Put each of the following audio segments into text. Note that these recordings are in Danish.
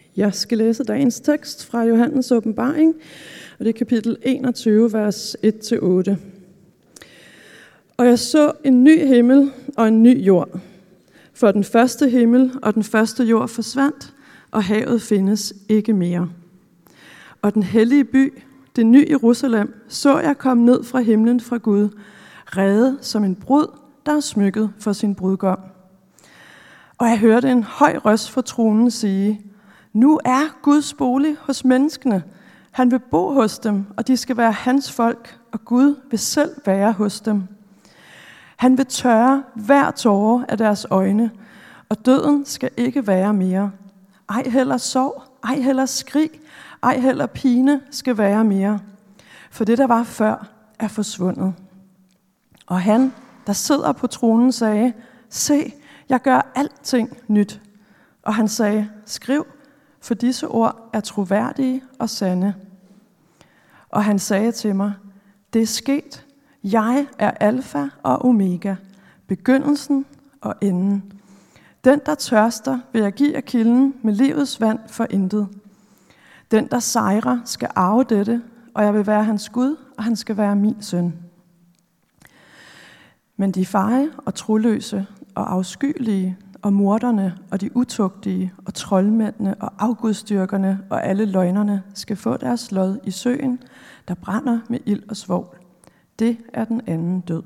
Jeg skal læse dagens tekst fra Johannes åbenbaring, og det er kapitel 21, vers 1-8. Og jeg så en ny himmel og en ny jord, for den første himmel og den første jord forsvandt, og havet findes ikke mere. Og den hellige by, det nye Jerusalem, så jeg komme ned fra himlen fra Gud, redet som en brud, der er smykket for sin brudgom. Og jeg hørte en høj røst fra tronen sige: Nu er Guds bolig hos menneskene. Han vil bo hos dem, og de skal være hans folk, og Gud vil selv være hos dem. Han vil tørre hver tåre af deres øjne, og døden skal ikke være mere. Ej heller sorg, ej heller skrig, ej heller pine skal være mere. For det, der var før, er forsvundet. Og han, der sidder på tronen, sagde: Se, jeg gør alting nyt. Og han sagde: Skriv, for disse ord er troværdige og sande. Og han sagde til mig: Det er sket. Jeg er alfa og omega, begyndelsen og enden. Den, der tørster, vil jeg give af kilden med livets vand for intet. Den, der sejrer, skal arve dette, og jeg vil være hans Gud, og han skal være min søn. Men de feje og troløse og afskyelige og morderne og de utugtige og troldmændene og afgudstyrkerne og alle løgnerne skal få deres lod i søen, der brænder med ild og svovl. Det er den anden død.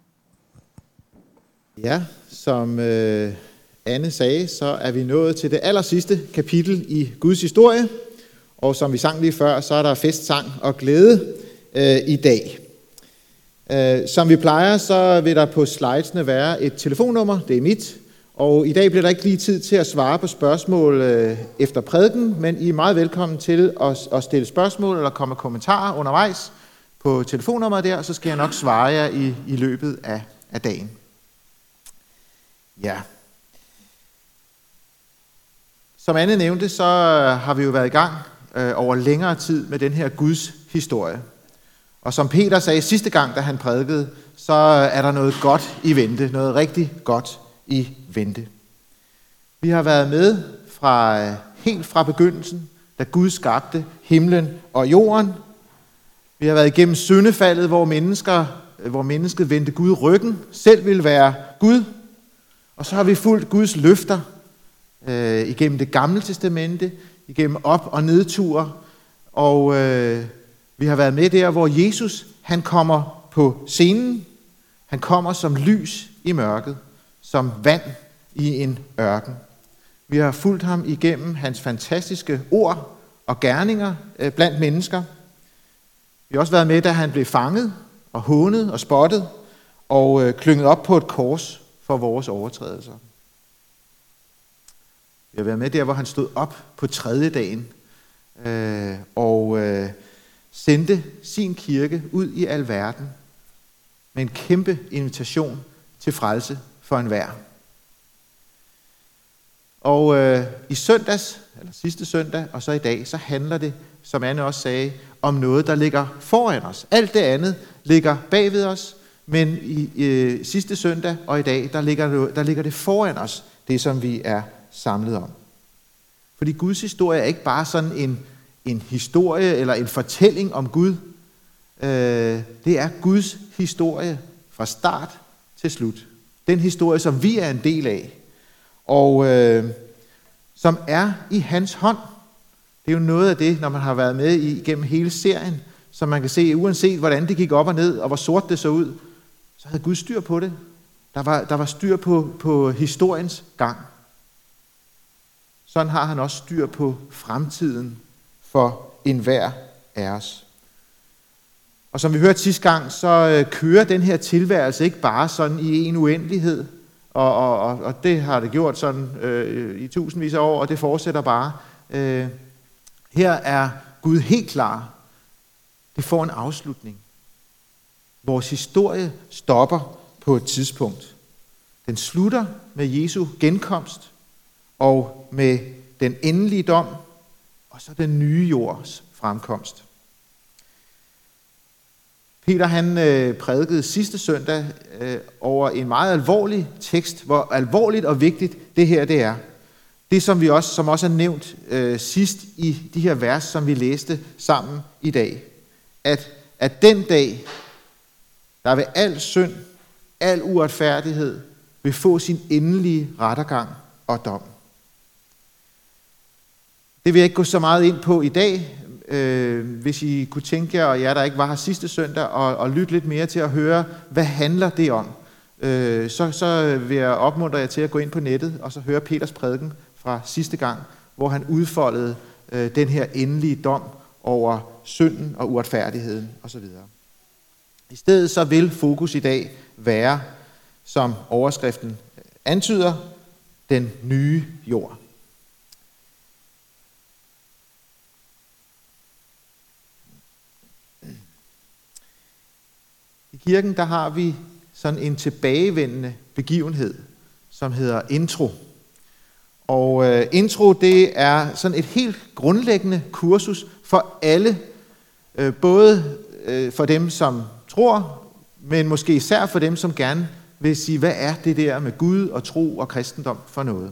Ja, som Anne sagde, så er vi nået til det allersidste kapitel i Guds historie. Og som vi sang lige før, så er der festsang og glæde i dag. Som vi plejer, så vil der på slidesene være et telefonnummer, det er mit. Og i dag bliver der ikke lige tid til at svare på spørgsmål efter prædiken, men I er meget velkommen til at stille spørgsmål eller komme med kommentarer undervejs på telefonnummeret der, så skal jeg nok svare jer i løbet af dagen. Ja. Som Anne nævnte, så har vi jo været i gang over længere tid med den her Guds historie. Og som Peter sagde sidste gang, da han prædikede, så er der noget godt i vente, noget rigtig godt i vente. Vi har været med helt fra begyndelsen, da Gud skabte himlen og jorden. Vi har været igennem syndefaldet, hvor mennesket vendte Gud ryggen, selv ville være Gud. Og så har vi fulgt Guds løfter igennem det gamle testamente, igennem op- og nedture. Og vi har været med der, hvor Jesus han kommer på scenen. Han kommer som lys i mørket, som vand i en ørken. Vi har fulgt ham igennem hans fantastiske ord og gerninger blandt mennesker. Vi har også været med, da han blev fanget og hånet og spottet og klynget op på et kors for vores overtrædelser. Vi har været med der, hvor han stod op på tredje dagen og sendte sin kirke ud i alverden med en kæmpe invitation til frelse for enhver. Og i søndags, eller sidste søndag, og så i dag, så handler det, som Anne også sagde, om noget, der ligger foran os. Alt det andet ligger bagved os, men i sidste søndag og i dag, der ligger det foran os, det som vi er samlet om. Fordi Guds historie er ikke bare sådan en historie eller en fortælling om Gud. Det er Guds historie fra start til slut. Den historie, som vi er en del af, og som er i hans hånd. Det er jo noget af det, når man har været med igennem hele serien, så man kan se, uanset hvordan det gik op og ned, og hvor sort det så ud, så havde Gud styr på det. Der var styr på historiens gang. Sådan har han også styr på fremtiden for enhver af os. Og som vi hørte sidste gang, så kører den her tilværelse ikke bare sådan i en uendelighed, og det har det gjort sådan i tusindvis af år, og det fortsætter bare. Her er Gud helt klar. Det får en afslutning. Vores historie stopper på et tidspunkt. Den slutter med Jesu genkomst og med den endelige dom, og så den nye jords fremkomst. Peter han prædikede sidste søndag over en meget alvorlig tekst, hvor alvorligt og vigtigt det her det er. det, som også er nævnt sidst i de her vers, som vi læste sammen i dag. At den dag, der ved al synd, al uretfærdighed, vil få sin endelige rettergang og dom. Det vil jeg ikke gå så meget ind på i dag. Hvis I kunne tænke jer, og jer der ikke var her sidste søndag, og lytte lidt mere til at høre, hvad handler det om, så vil jeg opmuntre jer til at gå ind på nettet, og så høre Peters prædiken fra sidste gang, hvor han udfoldede den her endelige dom over synden og uretfærdigheden osv. I stedet så vil fokus i dag være, som overskriften antyder, den nye jord. I kirken der har vi sådan en tilbagevendende begivenhed, som hedder intro. Og intro, det er sådan et helt grundlæggende kursus for alle, både for dem, som tror, men måske især for dem, som gerne vil sige, hvad er det der med Gud og tro og kristendom for noget.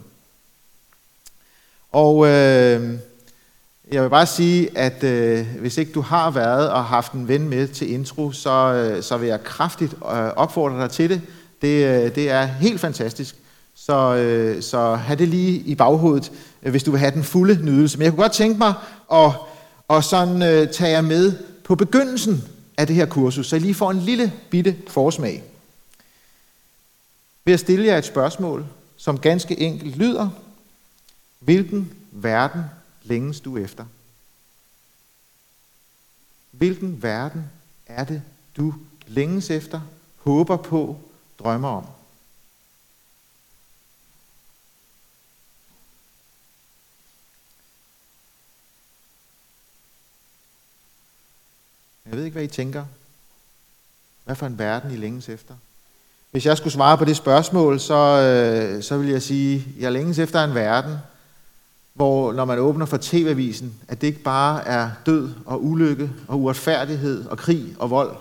Og jeg vil bare sige, at hvis ikke du har været og haft en ven med til intro, så vil jeg kraftigt opfordre dig til det. Det er helt fantastisk. Så have det lige i baghovedet, hvis du vil have den fulde nydelse. Men jeg kunne godt tænke mig at sådan tage jer med på begyndelsen af det her kursus, så I lige får en lille bitte forsmag. Ved at stille jer et spørgsmål, som ganske enkelt lyder: hvilken verden længes du efter? Hvilken verden er det, du længes efter, håber på, drømmer om? Jeg ved ikke, hvad I tænker. Hvad for en verden I længes efter? Hvis jeg skulle svare på det spørgsmål, så vil jeg sige, at jeg længes efter en verden, hvor når man åbner for TV-avisen, at det ikke bare er død og ulykke og uretfærdighed og krig og vold.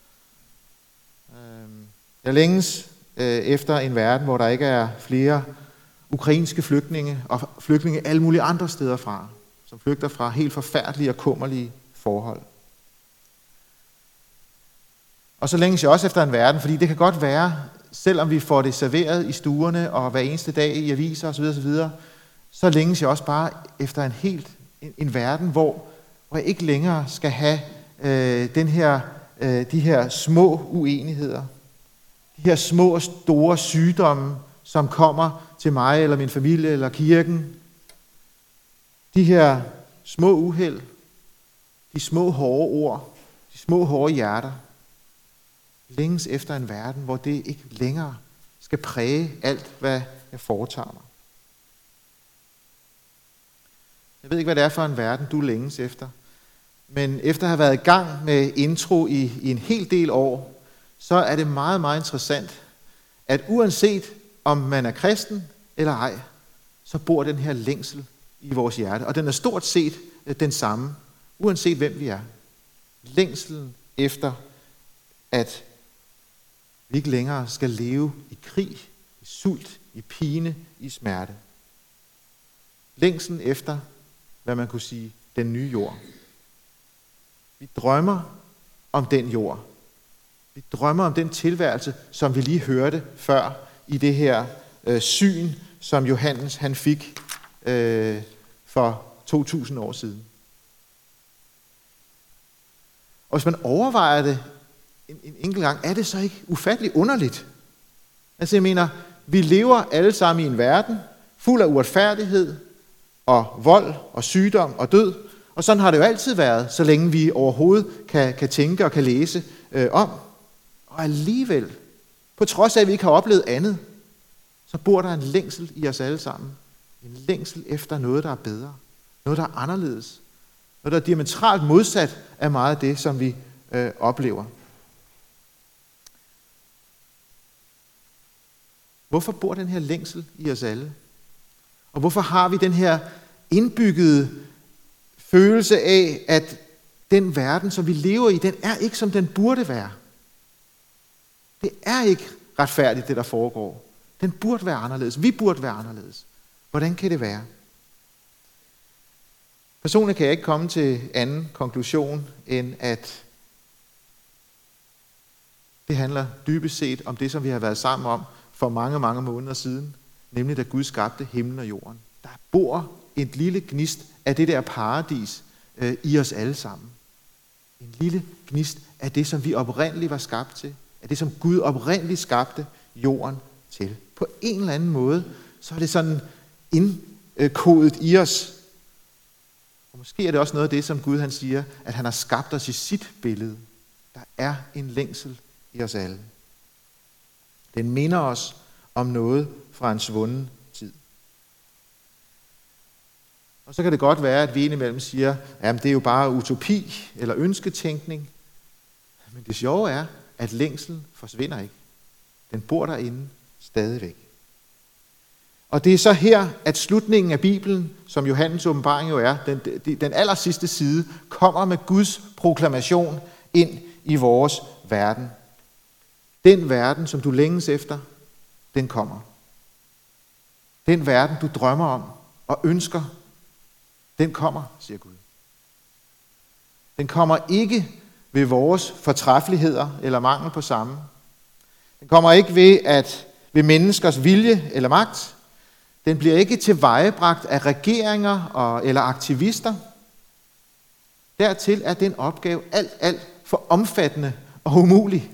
Jeg længes efter en verden, hvor der ikke er flere ukrainske flygtninge og flygtninge alle mulige andre steder fra, som flygter fra helt forfærdelige og kummerlige forhold. Og så længes jeg også efter en verden, fordi det kan godt være, selvom vi får det serveret i stuerne og hver eneste dag i aviser osv., så længes jeg også bare efter en verden, hvor jeg ikke længere skal have de her små uenigheder, de her små og store sygdomme, som kommer til mig eller min familie eller kirken, de her små uheld, de små hårde ord, de små hårde hjerter. Længes efter en verden, hvor det ikke længere skal præge alt, hvad jeg foretager mig. Jeg ved ikke, hvad det er for en verden, du længes efter. Men efter at have været i gang med intro i en hel del år, så er det meget, meget interessant, at uanset om man er kristen eller ej, så bor den her længsel i vores hjerte. Og den er stort set den samme, uanset hvem vi er. Længselen efter, at vi ikke længere skal leve i krig, i sult, i pine, i smerte. Længselen efter, hvad man kunne sige, den nye jord. Vi drømmer om den jord. Vi drømmer om den tilværelse, som vi lige hørte før i det her syn, som Johannes han fik for 2000 år siden. Og hvis man overvejer det en enkelt gang, er det så ikke ufatteligt underligt? Altså jeg mener, vi lever alle sammen i en verden fuld af uretfærdighed og vold og sygdom og død. Og sådan har det jo altid været, så længe vi overhovedet kan tænke og kan læse om. Og alligevel, på trods af at vi ikke har oplevet andet, så bor der en længsel i os alle sammen. En længsel efter noget, der er bedre. Noget, der er anderledes. Noget, der er diametralt modsat af meget af det, som vi oplever. Hvorfor bor den her længsel i os alle? Og hvorfor har vi den her indbyggede følelse af, at den verden, som vi lever i, den er ikke, som den burde være? Det er ikke retfærdigt, det der foregår. Den burde være anderledes. Vi burde være anderledes. Hvordan kan det være? Personligt kan jeg ikke komme til anden konklusion, end at det handler dybest set om det, som vi har været sammen om for mange, mange måneder siden, nemlig da Gud skabte himlen og jorden. Der bor et lille gnist af det der paradis i os alle sammen. En lille gnist af det, som vi oprindeligt var skabt til. Af det, som Gud oprindeligt skabte jorden til. På en eller anden måde, så er det sådan indkodet i os. Og måske er det også noget af det, som Gud han siger, at han har skabt os i sit billede. Der er en længsel i os alle. Den minder os om noget fra en svunden tid. Og så kan det godt være, at vi indimellem siger, at det er jo bare utopi eller ønsketænkning. Men det sjove er, at længselen forsvinder ikke. Den bor derinde stadigvæk. Og det er så her, at slutningen af Bibelen, som Johannes åbenbaring jo er, den aller sidste side, kommer med Guds proklamation ind i vores verden. Den verden, som du længes efter, den kommer. Den verden, du drømmer om og ønsker, den kommer, siger Gud. Den kommer ikke ved vores fortræffeligheder eller mangel på samme. Den kommer ikke ved menneskers vilje eller magt. Den bliver ikke tilvejebragt af regeringer eller aktivister. Dertil er den opgave alt for omfattende og umulig.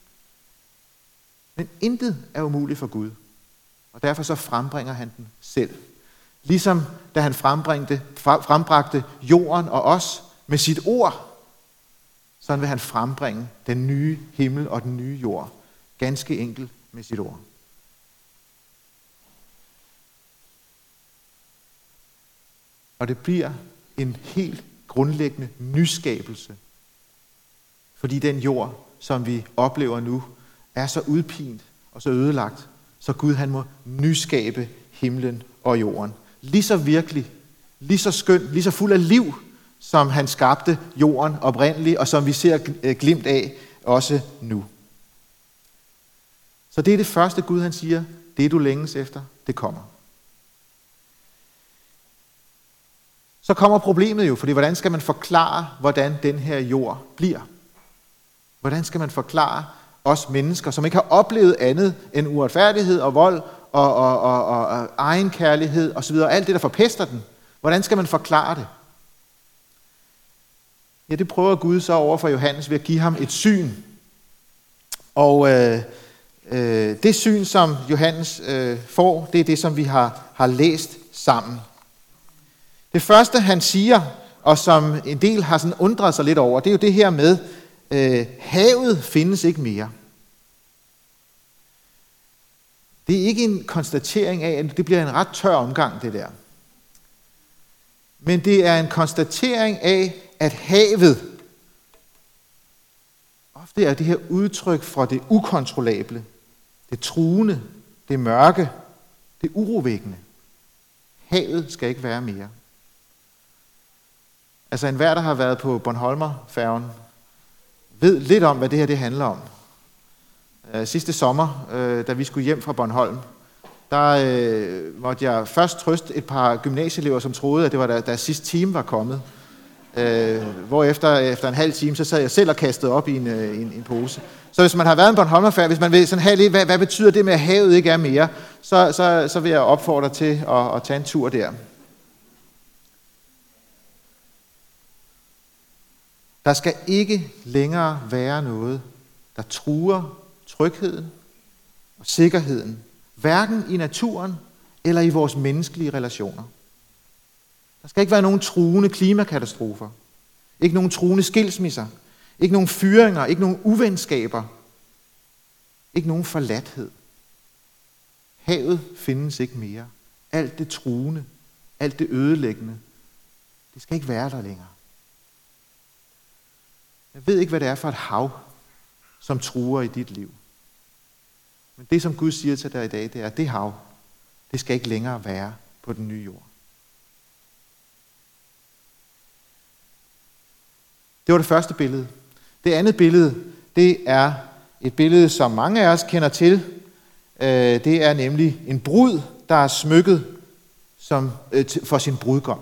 Men intet er umuligt for Gud. Og derfor så frembringer han den selv. Ligesom da han frembragte jorden og os med sit ord, sådan vil han frembringe den nye himmel og den nye jord. Ganske enkelt med sit ord. Og det bliver en helt grundlæggende nyskabelse. Fordi den jord, som vi oplever nu, er så udpint og så ødelagt, så Gud han må nyskabe himlen og jorden. Lige så virkelig, lige så skøn, lige så fuld af liv, som han skabte jorden oprindeligt, og som vi ser glimt af også nu. Så det er det første Gud han siger, det du længes efter, det kommer. Så kommer problemet jo, fordi hvordan skal man forklare, hvordan den her jord bliver? Hvordan skal man forklare os mennesker, som ikke har oplevet andet end uretfærdighed og vold og egenkærlighed osv., alt det, der forpester den? Hvordan skal man forklare det? Ja, det prøver Gud så over for Johannes ved at give ham et syn. Og det syn, som Johannes får, det er det, som vi har læst sammen. Det første, han siger, og som en del har sådan undret sig lidt over, det er jo det her med, havet findes ikke mere. Det er ikke en konstatering af, at det bliver en ret tør omgang, det der. Men det er en konstatering af, at havet ofte er det her udtryk for det ukontrollable, det truende, det mørke, det urovækkende. Havet skal ikke være mere. Altså enhver, der har været på Bornholmerfærgen, ved lidt om, hvad det her det handler om. Sidste sommer, da vi skulle hjem fra Bornholm, der måtte jeg først trøste et par gymnasieelever, som troede, at det var deres sidste time var kommet. Efter en halv time, så sad jeg selv og kastede op i en pose. Så hvis man har været en Bornholmerfærd, hvis man vil sådan have lidt, hvad betyder det med, at havet ikke er mere, så vil jeg opfordre til at tage en tur der. Der skal ikke længere være noget, der truer trygheden og sikkerheden, hverken i naturen eller i vores menneskelige relationer. Der skal ikke være nogen truende klimakatastrofer, ikke nogen truende skilsmisser, ikke nogen fyringer, ikke nogen uvenskaber, ikke nogen forladthed. Havet findes ikke mere. Alt det truende, alt det ødelæggende, det skal ikke være der længere. Jeg ved ikke, hvad det er for et hav, som truer i dit liv. Men det, som Gud siger til dig i dag, det er, at det hav, det skal ikke længere være på den nye jord. Det var det første billede. Det andet billede, det er et billede, som mange af os kender til. Det er nemlig en brud, der er smykket for sin brudgom.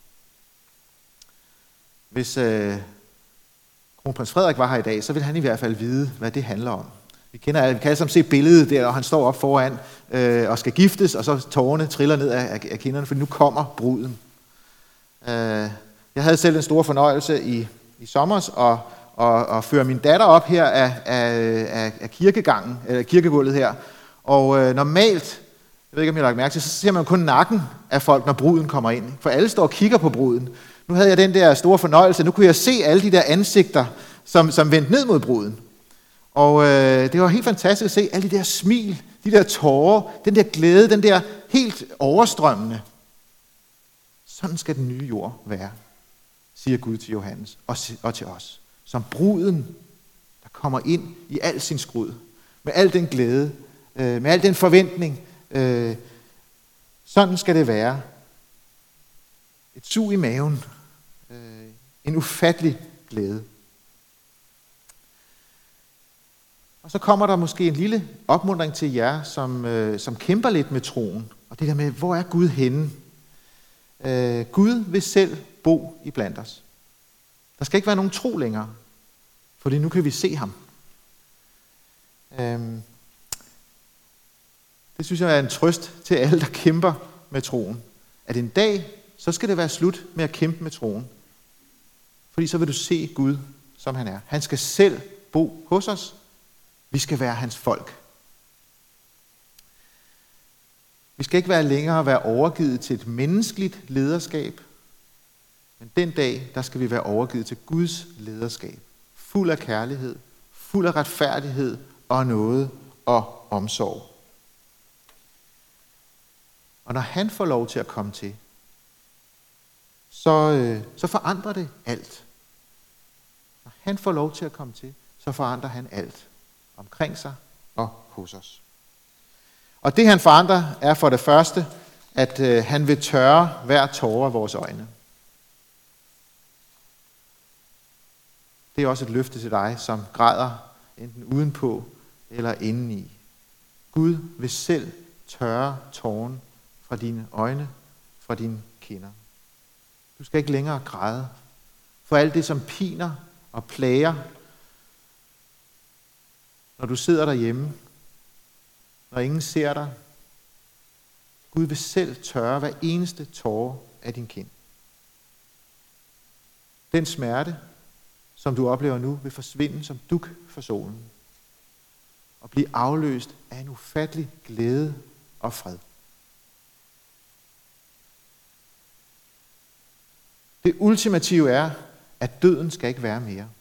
Hvis kronprins Frederik var her i dag, så vil han i hvert fald vide, hvad det handler om. Vi kan alle sammen se billedet der, og han står op foran og skal giftes, og så tårerne triller ned af kinderne, for nu kommer bruden. Jeg havde selv en stor fornøjelse i sommers og føre min datter op her af kirkegangen, eller kirkegulvet her. Og normalt, jeg ved ikke om jeg har lagt mærke til, så ser man kun nakken af folk, når bruden kommer ind. For alle står og kigger på bruden. Nu havde jeg den der store fornøjelse, nu kunne jeg se alle de der ansigter, som vendte ned mod bruden. Og det var helt fantastisk at se alle de der smil, de der tårer, den der glæde, den der helt overstrømmende. Sådan skal den nye jord være, siger Gud til Johannes og til os. Som bruden, der kommer ind i al sin skrud, med al den glæde, med al den forventning. Sådan skal det være. Et sug i maven. En ufattelig glæde. Og så kommer der måske en lille opmuntring til jer, som kæmper lidt med troen. Og det der med, hvor er Gud henne? Gud vil selv bo iblandt os. Der skal ikke være nogen tro længere, fordi nu kan vi se ham. Det synes jeg er en trøst til alle, der kæmper med troen. At en dag, så skal det være slut med at kæmpe med troen. Fordi så vil du se Gud, som han er. Han skal selv bo hos os. Vi skal være hans folk. Vi skal ikke længere være overgivet til et menneskeligt lederskab, men den dag, der skal vi være overgivet til Guds lederskab. Fuld af kærlighed, fuld af retfærdighed og nåde og omsorg. Og når han får lov til at komme til, så forandrer det alt. Når han får lov til at komme til, så forandrer han alt omkring sig og hos os. Og det han forandrer er for det første, at han vil tørre hver tåre af vores øjne. Det er også et løfte til dig, som græder enten udenpå eller indeni. Gud vil selv tørre tåren fra dine øjne, fra dine kinder. Du skal ikke længere græde for alt det, som piner og plager, når du sidder derhjemme, når ingen ser dig. Gud vil selv tørre hver eneste tåre af din kind. Den smerte, som du oplever nu, vil forsvinde som dug for solen og blive afløst af en ufattelig glæde og fred. Det ultimative er, at døden skal ikke være mere.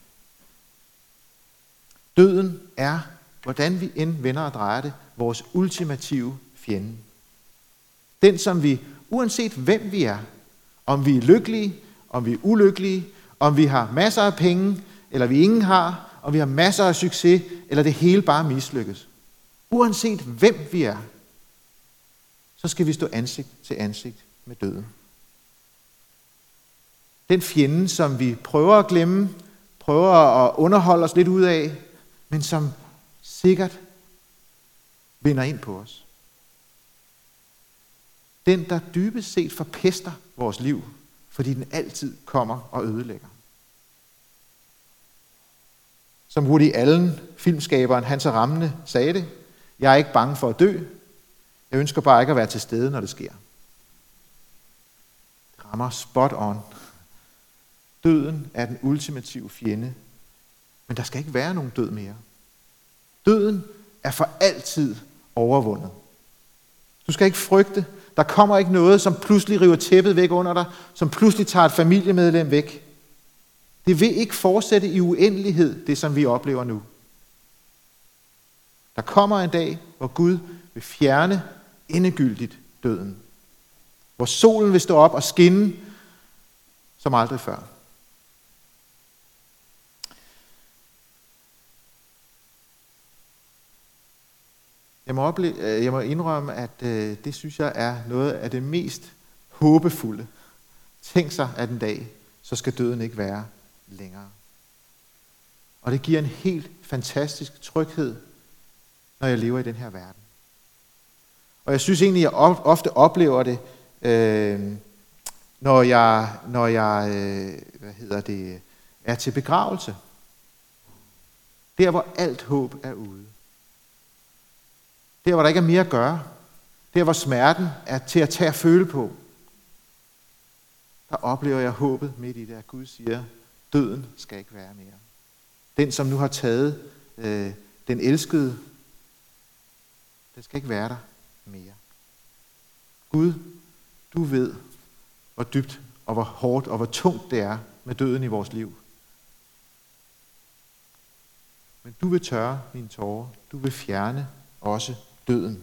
Døden er, hvordan vi end vender og drejer det, vores ultimative fjende. Den, som vi, uanset hvem vi er, om vi er lykkelige, om vi er ulykkelige, om vi har masser af penge, eller vi ingen har, om vi har masser af succes, eller det hele bare mislykkes. Uanset hvem vi er, så skal vi stå ansigt til ansigt med døden. Den fjende, som vi prøver at glemme, prøver at underholde os lidt ud af, men som sikkert vinder ind på os. Den, der dybest set forpester vores liv, fordi den altid kommer og ødelægger. Som Woody Allen, filmskaberen Hans Rammende, sagde det: jeg er ikke bange for at dø. Jeg ønsker bare ikke at være til stede, når det sker. Det rammer spot on. Døden er den ultimative fjende, men der skal ikke være nogen død mere. Døden er for altid overvundet. Du skal ikke frygte. Der kommer ikke noget, som pludselig river tæppet væk under dig, som pludselig tager et familiemedlem væk. Det vil ikke fortsætte i uendelighed, det som vi oplever nu. Der kommer en dag, hvor Gud vil fjerne endegyldigt døden. Hvor solen vil stå op og skinne som aldrig før. Jeg må indrømme, at det synes jeg er noget af det mest håbefulde. Tænk sig, at en dag, så skal døden ikke være længere. Og det giver en helt fantastisk tryghed, når jeg lever i den her verden. Og jeg synes egentlig, at jeg ofte oplever det når jeg er til begravelse. Der, hvor alt håb er ude. Der, hvor der ikke er mere at gøre. Der, hvor smerten er til at tage og føle på. Der oplever jeg håbet midt i det, at Gud siger, døden skal ikke være mere. Den, som nu har taget den elskede, den skal ikke være der mere. Gud, du ved, hvor dybt og hvor hårdt og hvor tungt det er med døden i vores liv. Men du vil tørre mine tårer. Du vil fjerne også døden.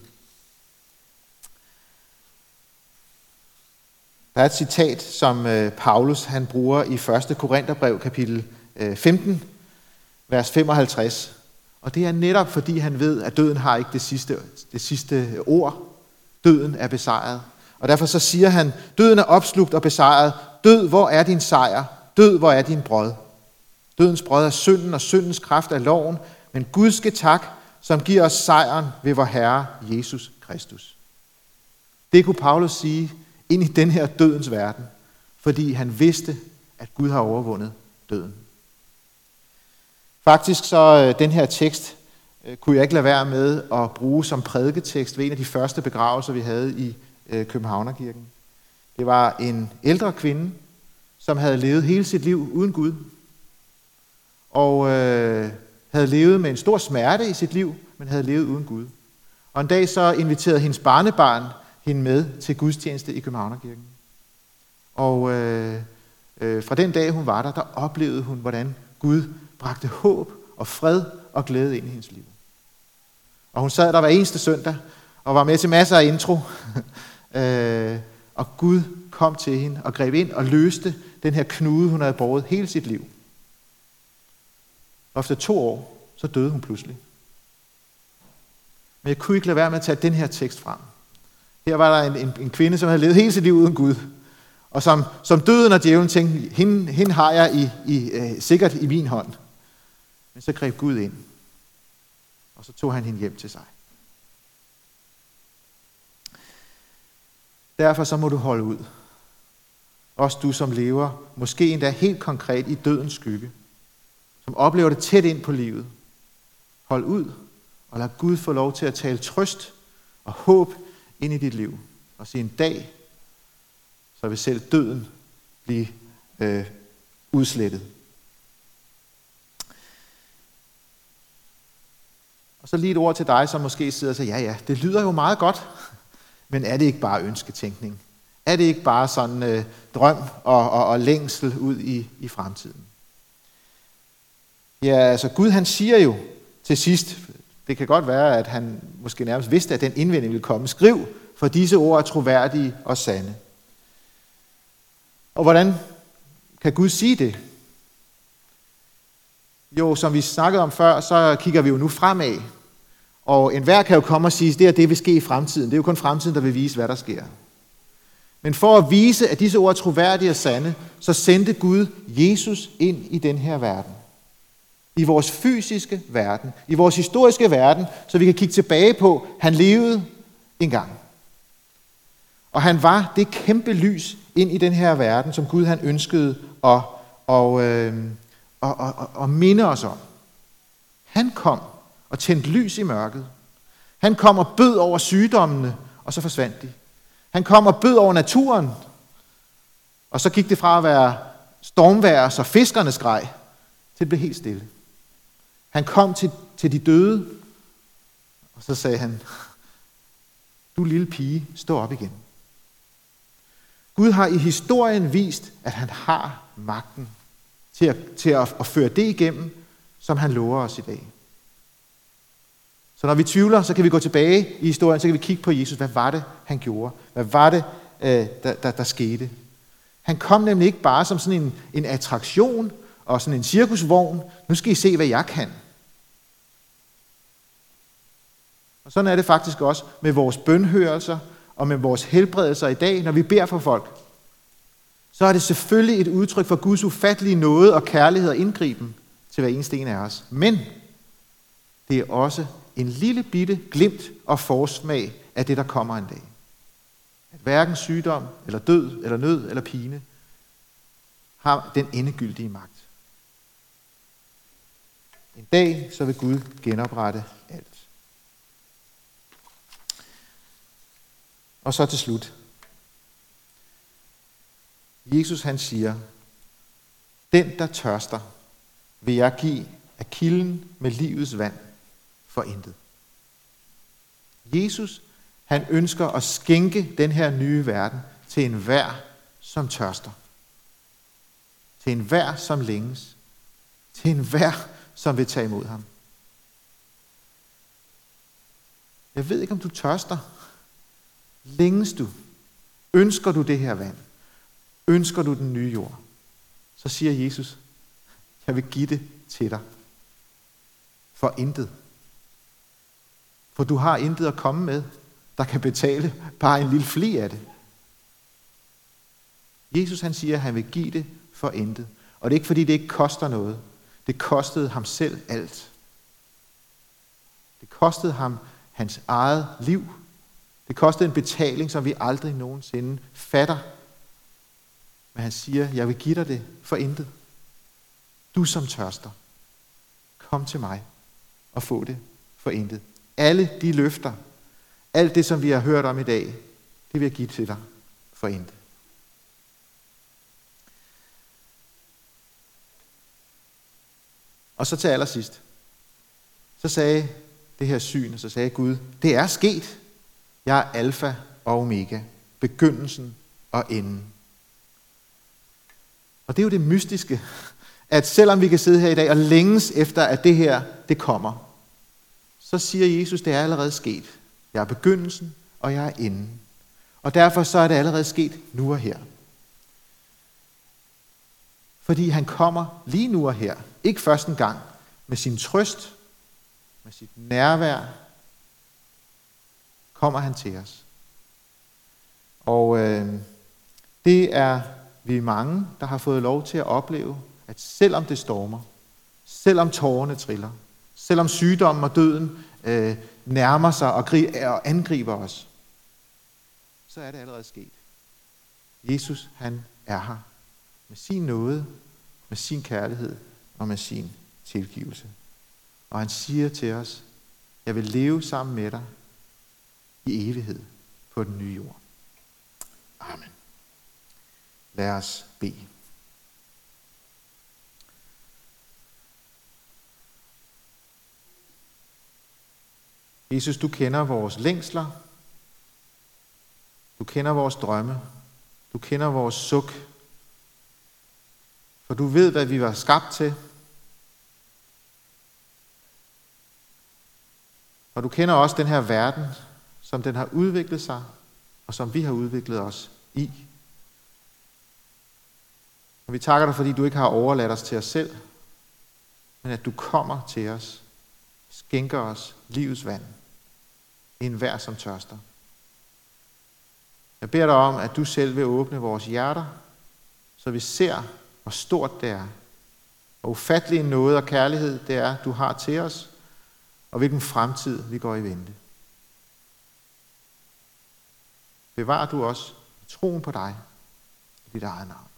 Der er et citat, som Paulus han bruger i 1. Korintherbrev, kapitel 15, vers 55. Og det er netop fordi han ved, at døden har ikke det sidste ord. Døden er besejret. Og derfor så siger han, døden er opslugt og besejret. Død, hvor er din sejr? Død, hvor er din brød? Dødens brød er synden, og syndens kraft er loven. Men Gud skal tak, som giver os sejren ved vor Herre Jesus Kristus. Det kunne Paulus sige ind i den her dødens verden, fordi han vidste, at Gud har overvundet døden. Faktisk så den her tekst kunne jeg ikke lade være med at bruge som prædiketekst ved en af de første begravelser, vi havde i Københavnerkirken. Det var en ældre kvinde, som havde levet hele sit liv uden Gud, og havde levet med en stor smerte i sit liv, men havde levet uden Gud. Og en dag så inviterede hendes barnebarn hende med til gudstjeneste i Københavnerkirken. Og fra den dag, hun var der oplevede hun, hvordan Gud bragte håb og fred og glæde ind i hendes liv. Og hun sad der hver eneste søndag og var med til masser af intro. Og Gud kom til hende og greb ind og løste den her knude, hun havde båret hele sit liv. Og efter 2 år, så døde hun pludselig. Men jeg kunne ikke lade være med at tage den her tekst frem. Her var der en kvinde, som havde levet hele sit liv uden Gud. Og som døden og djævlen tænkte, hende har jeg sikkert i min hånd. Men så greb Gud ind. Og så tog han hende hjem til sig. Derfor så må du holde ud. Også du, som lever, måske endda helt konkret i dødens skygge. Som oplever det tæt ind på livet. Hold ud, og lad Gud få lov til at tale trøst og håb ind i dit liv. Og sige en dag, så vil selv døden blive udslettet. Og så lige et ord til dig, som måske sidder og siger, ja, det lyder jo meget godt, men er det ikke bare ønsketænkning? Er det ikke bare sådan drøm og længsel ud i fremtiden? Ja, altså Gud han siger jo til sidst, det kan godt være, at han måske nærmest vidste, at den indvending ville komme. Skriv, for disse ord er troværdige og sande. Og hvordan kan Gud sige det? Jo, som vi snakkede om før, så kigger vi jo nu fremad. Og enhver kan jo komme og sige, at det vil ske i fremtiden. Det er jo kun fremtiden, der vil vise, hvad der sker. Men for at vise, at disse ord er troværdige og sande, så sendte Gud Jesus ind i den her verden. I vores fysiske verden, i vores historiske verden, så vi kan kigge tilbage på, at han levede engang. Og han var det kæmpe lys ind i den her verden, som Gud han ønskede at minde os om. Han kom og tændte lys i mørket. Han kom og bød over sygdommene, og så forsvandt de. Han kom og bød over naturen, og så gik det fra at være stormvejr, så fiskerne skreg, til det blev helt stille. Han kom til de døde, og så sagde han, du lille pige, stå op igen. Gud har i historien vist, at han har magten til at føre det igennem, som han lover os i dag. Så når vi tvivler, så kan vi gå tilbage i historien, så kan vi kigge på Jesus. Hvad var det, han gjorde? Hvad var det, der skete? Han kom nemlig ikke bare som sådan en attraktion og sådan en cirkusvogn. Nu skal I se, hvad jeg kan. Og sådan er det faktisk også med vores bønhørelser og med vores helbredelser i dag, når vi beder for folk. Så er det selvfølgelig et udtryk for Guds ufattelige nåde og kærlighed og indgriben til hver eneste en af os. Men det er også en lille bitte glimt og forsmag af det, der kommer en dag. at hverken sygdom, eller død, eller nød, eller pine har den endegyldige magt. En dag så vil Gud genoprette alt. Og så til slut. Jesus han siger, den der tørster, vil jeg give af kilden med livets vand for intet. Jesus han ønsker at skænke den her nye verden til enhver, som tørster. Til enhver, som længes. Til enhver, som vil tage imod ham. Jeg ved ikke, om du tørster. Længes du? Ønsker du det her vand? Ønsker du den nye jord? Så siger Jesus, jeg vil give det til dig. For intet. For du har intet at komme med, der kan betale bare en lille fli af det. Jesus han siger, at han vil give det for intet. Og det er ikke fordi, det ikke koster noget. Det kostede ham selv alt. Det kostede ham hans eget liv. Det kostede en betaling, som vi aldrig nogensinde fatter. Men han siger, jeg vil give dig det for intet. Du som tørster, kom til mig og få det for intet. Alle de løfter, alt det, som vi har hørt om i dag, det vil jeg give til dig for intet. Og så til allersidst, så sagde det her syn, og så sagde Gud, det er sket. Jeg er alfa og omega, begyndelsen og enden. Og det er jo det mystiske, at selvom vi kan sidde her i dag og længes efter, at det her, det kommer, så siger Jesus, det er allerede sket. Jeg er begyndelsen, og jeg er enden. Og derfor så er det allerede sket nu og her. Fordi han kommer lige nu og her, ikke først en gang, med sin trøst, med sit nærvær, kommer han til os. Og det er vi mange, der har fået lov til at opleve, at selvom det stormer, selvom tårerne triller, selvom sygdommen og døden nærmer sig og angriber os, så er det allerede sket. Jesus, han er her med sin nåde, med sin kærlighed og med sin tilgivelse. Og han siger til os, jeg vil leve sammen med dig i evighed på den nye jord. Amen. Lad os bede. Jesus, du kender vores længsler. Du kender vores drømme. Du kender vores suk. For du ved, hvad vi var skabt til. Og du kender også den her verden, som den har udviklet sig, og som vi har udviklet os i. Og vi takker dig, fordi du ikke har overladt os til os selv, men at du kommer til os, skænker os livets vand, enhver som tørster. Jeg beder dig om, at du selv vil åbne vores hjerter, så vi ser, hvor stort det er, hvor ufattelig en nåde og kærlighed det er, du har til os, og hvilken fremtid vi går i vente. Bevar du os i troen på dig i dit eget navn.